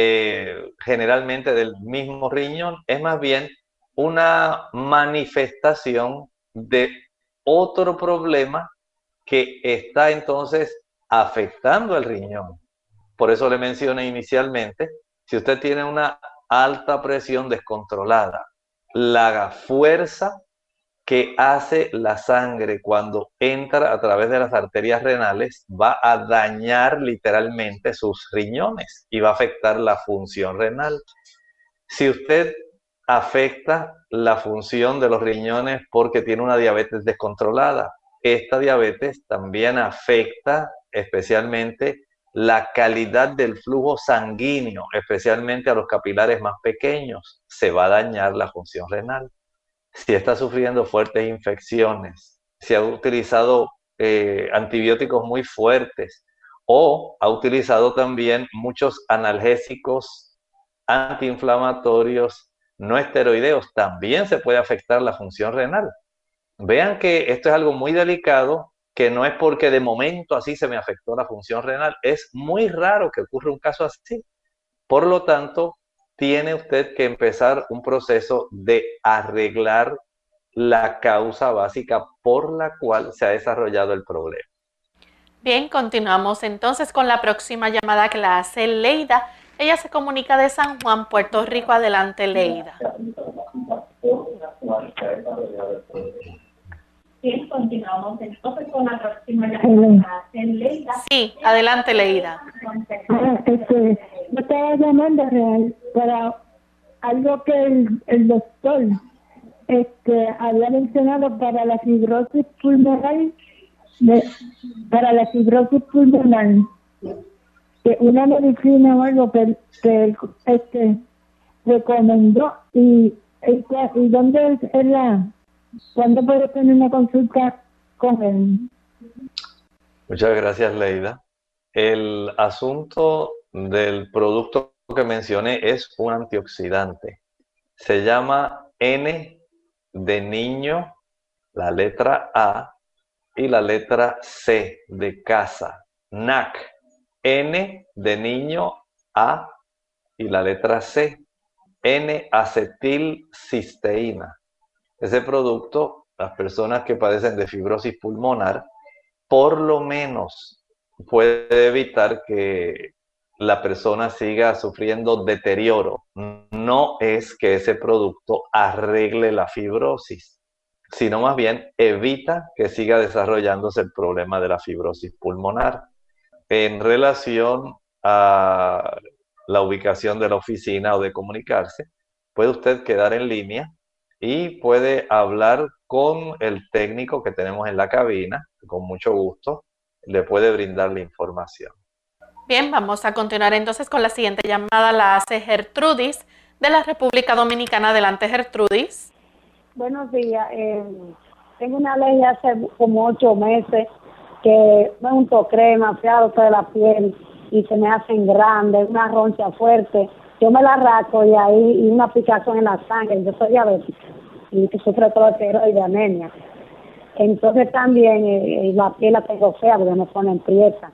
generalmente del mismo riñón, es más bien una manifestación de otro problema que está entonces afectando el riñón. Por eso le mencioné inicialmente, si usted tiene una alta presión descontrolada, la fuerza que hace la sangre cuando entra a través de las arterias renales va a dañar literalmente sus riñones y va a afectar la función renal. Si usted afecta la función de los riñones porque tiene una diabetes descontrolada, esta diabetes también afecta especialmente la calidad del flujo sanguíneo, especialmente a los capilares más pequeños. Se va a dañar la función renal. Si está sufriendo fuertes infecciones, si ha utilizado antibióticos muy fuertes o ha utilizado también muchos analgésicos antiinflamatorios no esteroideos, también se puede afectar la función renal. Vean que esto es algo muy delicado, que no es porque de momento así se me afectó la función renal, es muy raro que ocurra un caso así. Por lo tanto, tiene usted que empezar un proceso de arreglar la causa básica por la cual se ha desarrollado el problema. Bien, continuamos entonces con la próxima llamada que la hace Leida. Ella se comunica de San Juan, Puerto Rico. Adelante, Leida. Bien, continuamos entonces con la próxima llamada. Sí, adelante, Leida. Me estaba llamando real para algo que el doctor había mencionado para la fibrosis pulmonar, que una medicina o algo que recomendó y dónde es ¿cuándo puedo tener una consulta con él? Muchas gracias, Leida. El asunto del producto que mencioné es un antioxidante. Se llama N de niño, la letra A y la letra C de casa, NAC. N de niño, A y la letra C, N-acetilcisteína. Ese producto, las personas que padecen de fibrosis pulmonar, por lo menos puede evitar que la persona siga sufriendo deterioro. No es que ese producto arregle la fibrosis, sino más bien evita que siga desarrollándose el problema de la fibrosis pulmonar. En relación a la ubicación de la oficina o de comunicarse, puede usted quedar en línea y puede hablar con el técnico que tenemos en la cabina, que con mucho gusto le puede brindar la información. Bien, vamos a continuar entonces con la siguiente llamada, la hace Gertrudis de la República Dominicana. Adelante, Gertrudis. Buenos días. Tengo una alergia hace como 8 meses que me unto crema, fiado de la piel y se me hacen grandes, una roncha fuerte. Yo me la rasco y ahí y una picazón en la sangre. Yo soy diabética y que sufro de tiroides, anemia. Entonces también la piel la tengo fea porque me ponen prieta.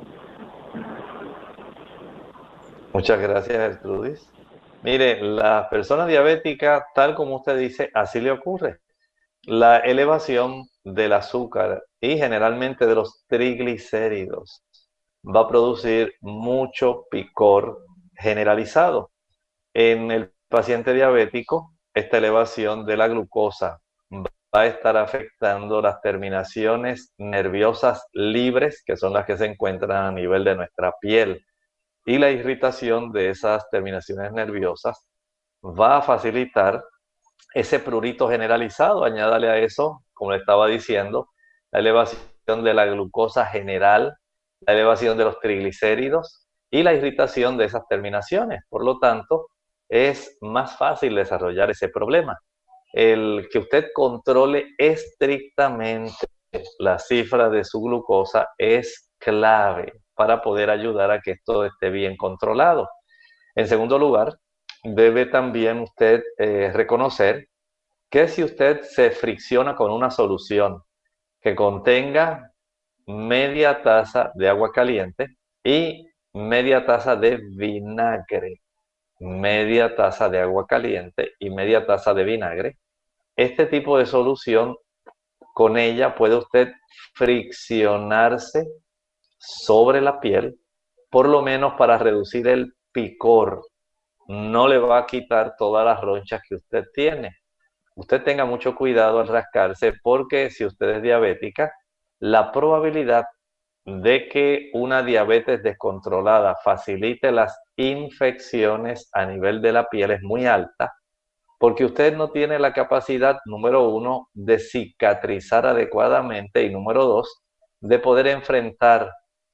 Muchas gracias, Gertrudis. Mire, las personas diabéticas, tal como usted dice, así le ocurre. La elevación del azúcar y generalmente de los triglicéridos va a producir mucho picor generalizado. En el paciente diabético, esta elevación de la glucosa va a estar afectando las terminaciones nerviosas libres, que son las que se encuentran a nivel de nuestra piel. Y la irritación de esas terminaciones nerviosas va a facilitar ese prurito generalizado. Añádale a eso, como le estaba diciendo, la elevación de la glucosa general, la elevación de los triglicéridos y la irritación de esas terminaciones. Por lo tanto, es más fácil desarrollar ese problema. El que usted controle estrictamente la cifra de su glucosa es clave para poder ayudar a que esto esté bien controlado. En segundo lugar, debe también usted reconocer que si usted se fricciona con una solución que contenga media taza de agua caliente y media taza de vinagre, media taza de agua caliente y media taza de vinagre, este tipo de solución, con ella puede usted friccionarse sobre la piel, por lo menos para reducir el picor. No le va a quitar todas las ronchas que usted tiene. Usted tenga mucho cuidado al rascarse, porque si usted es diabética, la probabilidad de que una diabetes descontrolada facilite las infecciones a nivel de la piel es muy alta, porque usted no tiene la capacidad, número uno, de cicatrizar adecuadamente y número dos, de poder enfrentar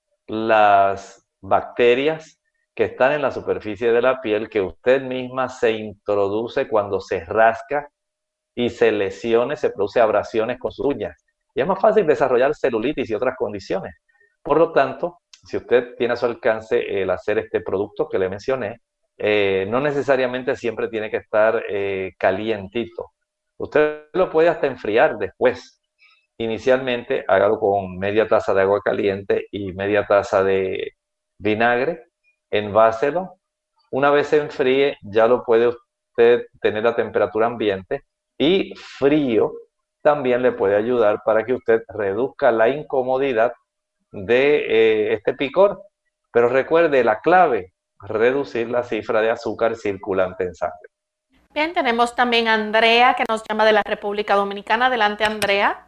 las bacterias que están en la superficie de la piel, que usted misma se introduce cuando se rasca y se lesione, se produce abrasiones con sus uñas. Y es más fácil desarrollar celulitis y otras condiciones. Por lo tanto, si usted tiene a su alcance el hacer este producto que le mencioné, no necesariamente siempre tiene que estar calientito. Usted lo puede hasta enfriar después. Inicialmente, hágalo con media taza de agua caliente y media taza de vinagre, enváselo. Una vez se enfríe, ya lo puede usted tener a temperatura ambiente, y frío también le puede ayudar para que usted reduzca la incomodidad de este picor. Pero recuerde la clave, reducir la cifra de azúcar circulante en sangre. Bien, tenemos también a Andrea, que nos llama de la República Dominicana. Adelante, Andrea.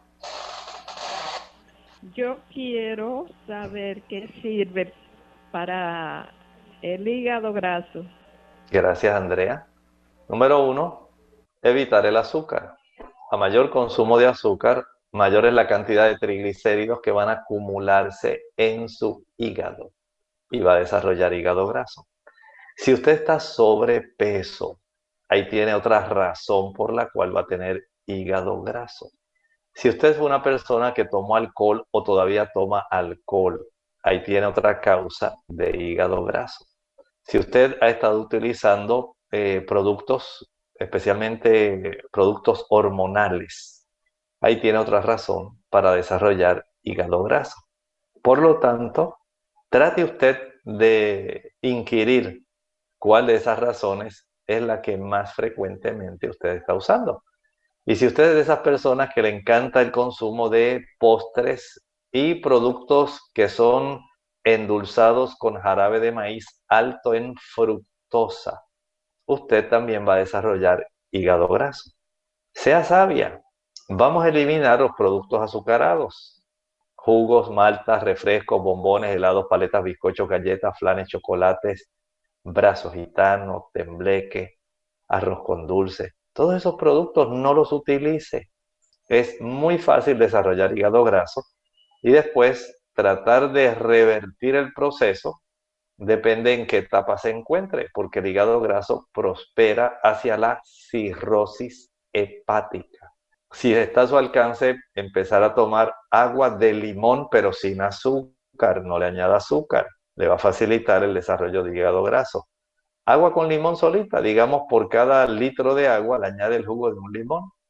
Yo quiero saber qué sirve para el hígado graso. Gracias, Andrea. Número uno, evitar el azúcar. A mayor consumo de azúcar, mayor es la cantidad de triglicéridos que van a acumularse en su hígado y va a desarrollar hígado graso. Si usted está sobrepeso, ahí tiene otra razón por la cual va a tener hígado graso. Si usted es una persona que tomó alcohol o todavía toma alcohol, ahí tiene otra causa de hígado graso. Si usted ha estado utilizando productos, especialmente productos hormonales, ahí tiene otra razón para desarrollar hígado graso. Por lo tanto, trate usted de inquirir cuál de esas razones es la que más frecuentemente usted está usando. Y si usted es de esas personas que le encanta el consumo de postres y productos que son endulzados con jarabe de maíz alto en fructosa, usted también va a desarrollar hígado graso. Sea sabia, vamos a eliminar los productos azucarados. Jugos, maltas, refrescos, bombones, helados, paletas, bizcochos, galletas, flanes, chocolates, brazos gitanos, tembleque, arroz con dulce. Todos esos productos no los utilice. Es muy fácil desarrollar hígado graso y después tratar de revertir el proceso. Depende en qué etapa se encuentre, porque el hígado graso prospera hacia la cirrosis hepática. Si está a su alcance, empezar a tomar agua de limón, pero sin azúcar, no le añada azúcar, le va a facilitar el desarrollo de hígado graso. Agua con limón solita, digamos, por cada litro de agua le añade el jugo de un limón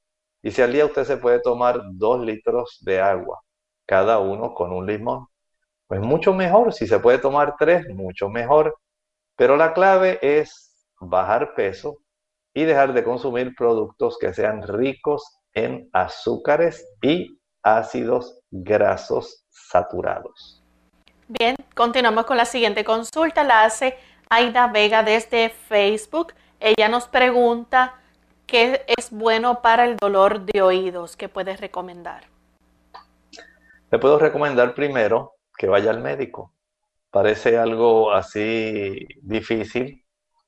Y si al día usted se puede tomar 2 litros de agua, cada uno con un limón, pues mucho mejor. Si se puede tomar 3, mucho mejor. Pero la clave es bajar peso y dejar de consumir productos que sean ricos en azúcares y ácidos grasos saturados. Bien, continuamos con la siguiente consulta. La hace Aida Vega desde Facebook. Ella nos pregunta qué es bueno para el dolor de oídos. ¿Qué puedes recomendar? Le puedo recomendar primero que vaya al médico. Parece algo así difícil,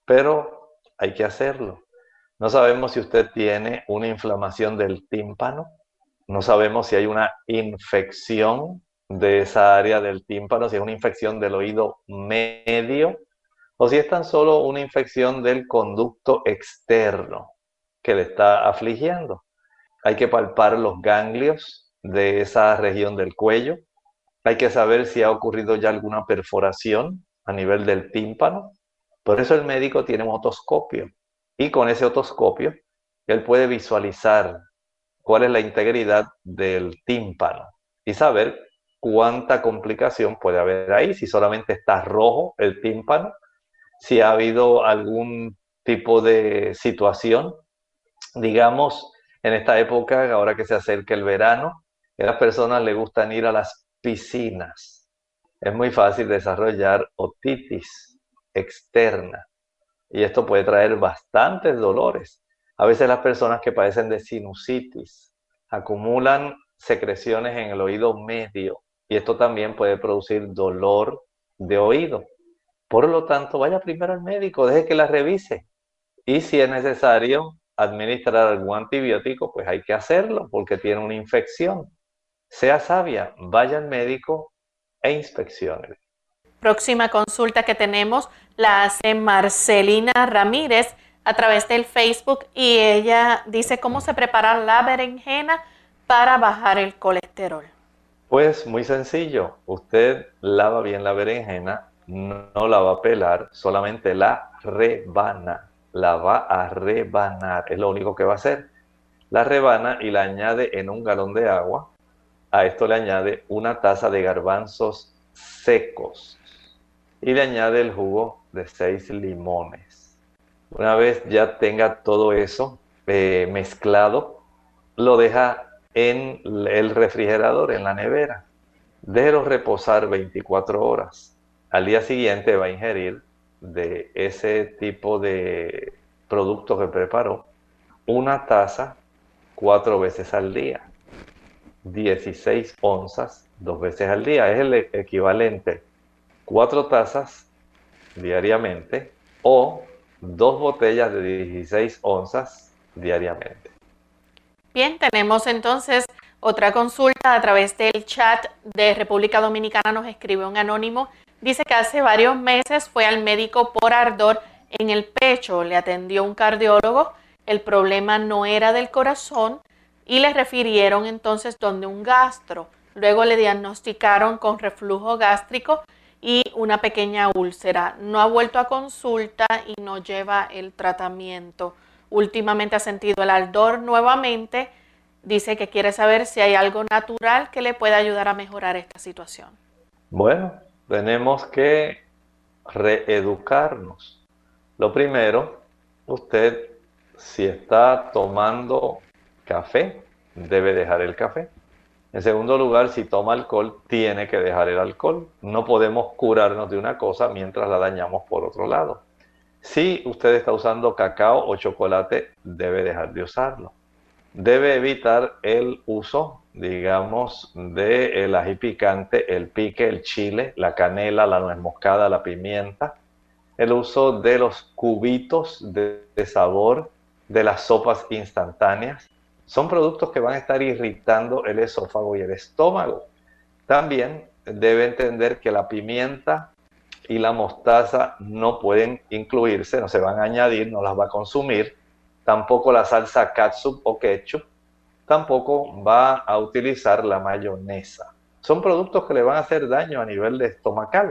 pero hay que hacerlo. No sabemos si usted tiene una inflamación del tímpano. No sabemos si hay una infección de esa área del tímpano, si es una infección del oído medio o si es tan solo una infección del conducto externo que le está afligiendo. Hay que palpar los ganglios de esa región del cuello. Hay que saber si ha ocurrido ya alguna perforación a nivel del tímpano. Por eso el médico tiene un otoscopio. Y con ese otoscopio, él puede visualizar cuál es la integridad del tímpano y saber cuánta complicación puede haber ahí, si solamente está rojo el tímpano, si ha habido algún tipo de situación, digamos, en esta época, ahora que se acerca el verano, a las personas les gustan ir a las piscinas. Es muy fácil desarrollar otitis externa y esto puede traer bastantes dolores. A veces las personas que padecen de sinusitis acumulan secreciones en el oído medio y esto también puede producir dolor de oído. Por lo tanto, vaya primero al médico, deje que la revise. Y si es necesario administrar algún antibiótico, pues hay que hacerlo porque tiene una infección. Sea sabia, vaya al médico e inspeccione. Próxima consulta que tenemos la hace Marcelina Ramírez a través del Facebook y ella dice cómo se prepara la berenjena para bajar el colesterol. Pues muy sencillo, usted lava bien la berenjena, no la va a pelar, solamente la rebana, la va a rebanar, es lo único que va a hacer. La rebana y la añade en un galón de agua, a esto le añade una taza de garbanzos secos y le añade el jugo de 6 limones. Una vez ya tenga todo eso mezclado, lo deja en el refrigerador, en la nevera. Déjelo reposar 24 horas. Al día siguiente va a ingerir de ese tipo de producto que preparó una taza 4 veces al día. 16 onzas 2 veces al día. Es el equivalente 4 tazas diariamente o 2 botellas de 16 onzas diariamente. Bien, tenemos entonces otra consulta a través del chat de República Dominicana. Nos escribe un anónimo. Dice que hace varios meses fue al médico por ardor en el pecho. Le atendió un cardiólogo. El problema no era del corazón y le refirieron entonces donde un gastro. Luego le diagnosticaron con reflujo gástrico y una pequeña úlcera. No ha vuelto a consulta y no lleva el tratamiento. Últimamente ha sentido el ardor nuevamente. Dice que quiere saber si hay algo natural que le pueda ayudar a mejorar esta situación. Bueno, tenemos que reeducarnos. Lo primero, usted si está tomando café, debe dejar el café. En segundo lugar, si toma alcohol, tiene que dejar el alcohol. No podemos curarnos de una cosa mientras la dañamos por otro lado. Si usted está usando cacao o chocolate, debe dejar de usarlo. Debe evitar el uso, digamos, del ají picante, el pique, el chile, la canela, la nuez moscada, la pimienta. El uso de los cubitos de sabor, de las sopas instantáneas. Son productos que van a estar irritando el esófago y el estómago. También debe entender que la pimienta y la mostaza no pueden incluirse, no se van a añadir, no las va a consumir. Tampoco la salsa catsup o ketchup. Tampoco va a utilizar la mayonesa. Son productos que le van a hacer daño a nivel de estomacal.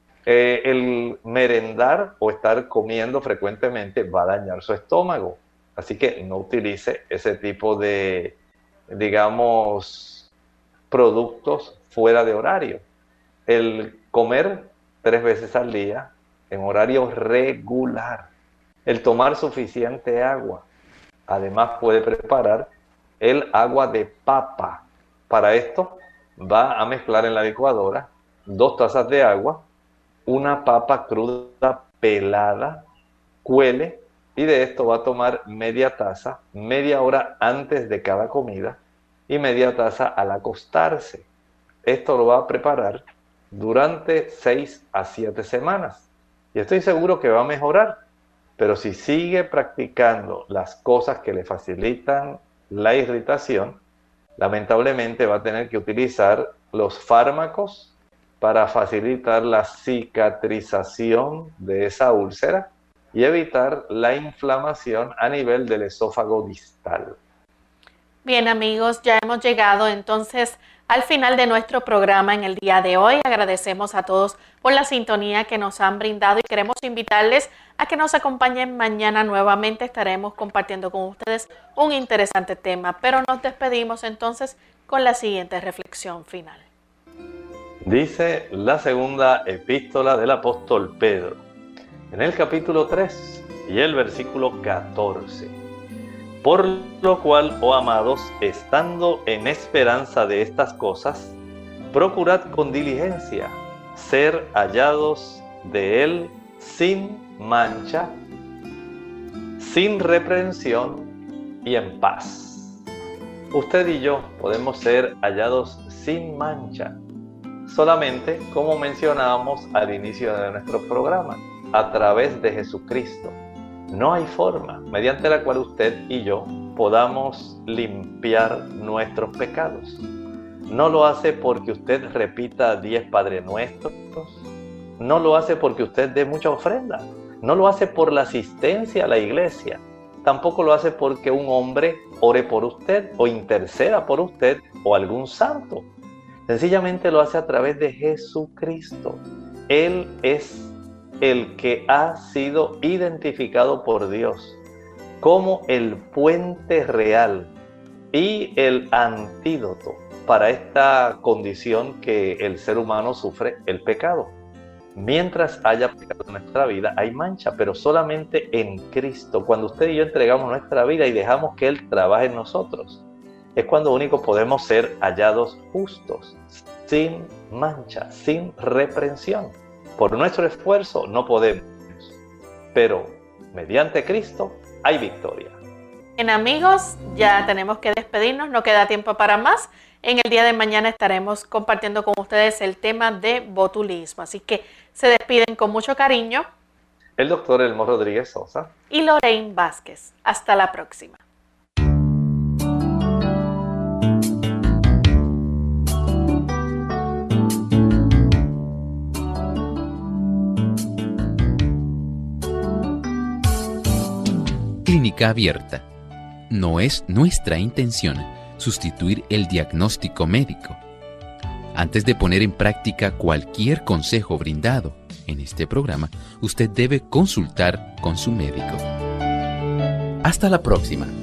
El merendar o estar comiendo frecuentemente va a dañar su estómago. Así que no utilice ese tipo de, digamos, productos fuera de horario. El comer 3 veces al día en horario regular. El tomar suficiente agua. Además puede preparar el agua de papa. Para esto va a mezclar en la licuadora 2 tazas de agua, una papa cruda pelada, cuele, y de esto va a tomar media taza, media hora antes de cada comida y media taza al acostarse. Esto lo va a preparar durante 6 a 7 semanas. Y estoy seguro que va a mejorar. Pero si sigue practicando las cosas que le facilitan la irritación, lamentablemente va a tener que utilizar los fármacos para facilitar la cicatrización de esa úlcera y evitar la inflamación a nivel del esófago distal. Bien, amigos, ya hemos llegado entonces al final de nuestro programa en el día de hoy. Agradecemos a todos por la sintonía que nos han brindado y queremos invitarles a que nos acompañen mañana nuevamente. Estaremos compartiendo con ustedes un interesante tema, pero nos despedimos entonces con la siguiente reflexión final. Dice la segunda epístola del apóstol Pedro, en el capítulo 3 y el versículo 14. Por lo cual, oh amados, estando en esperanza de estas cosas, procurad con diligencia ser hallados de Él sin mancha, sin reprensión y en paz. Usted y yo podemos ser hallados sin mancha, solamente como mencionábamos al inicio de nuestro programa, a través de Jesucristo. No hay forma mediante la cual usted y yo podamos limpiar nuestros pecados. No lo hace porque usted repita 10 Padre Nuestros, no lo hace porque usted dé mucha ofrenda, no lo hace por la asistencia a la iglesia, tampoco lo hace porque un hombre ore por usted o interceda por usted o algún santo. Sencillamente lo hace a través de Jesucristo. Él es el que ha sido identificado por Dios como el puente real y el antídoto para esta condición que el ser humano sufre, el pecado. Mientras haya pecado en nuestra vida, hay mancha, pero solamente en Cristo. Cuando usted y yo entregamos nuestra vida y dejamos que Él trabaje en nosotros, es cuando único podemos ser hallados justos, sin mancha, sin reprensión. Por nuestro esfuerzo no podemos, pero mediante Cristo hay victoria. Bien, amigos, ya tenemos que despedirnos, no queda tiempo para más. En el día de mañana estaremos compartiendo con ustedes el tema de botulismo, así que se despiden con mucho cariño el doctor Elmo Rodríguez Sosa y Lorraine Vázquez. Hasta la próxima. Clínica Abierta. No es nuestra intención sustituir el diagnóstico médico. Antes de poner en práctica cualquier consejo brindado en este programa, usted debe consultar con su médico. Hasta la próxima.